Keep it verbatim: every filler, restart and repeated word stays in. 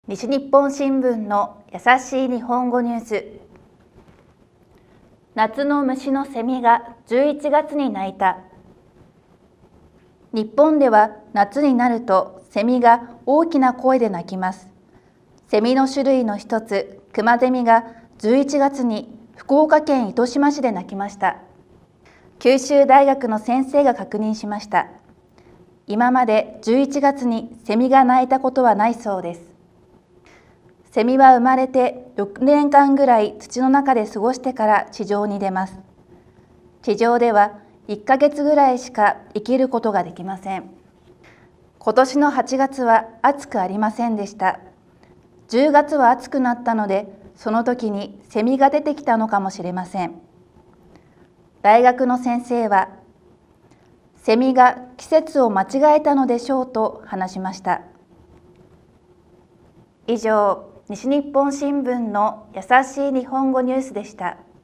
西日本新聞のやさしい日本語ニュース。夏の虫のセミがじゅういちがつに鳴いた。日本では夏になるとセミが大きな声で鳴きます。セミの種類の一つ、クマゼミがじゅういちがつに福岡県糸島市で鳴きました。九州大学の先生が確認しました。今までじゅういちがつにセミが鳴いたことはないそうです。セミは生まれてろくねんかんぐらい土の中で過ごしてから地上に出ます。地上ではいっかげつぐらいしか生きることができません。今年のはちがつは暑くありませんでした。じゅうがつは暑くなったので、その時にセミが出てきたのかもしれません。大学の先生は、セミが季節を間違えたのでしょうと話しました。以上、西日本新聞のやさしい日本語ニュースでした。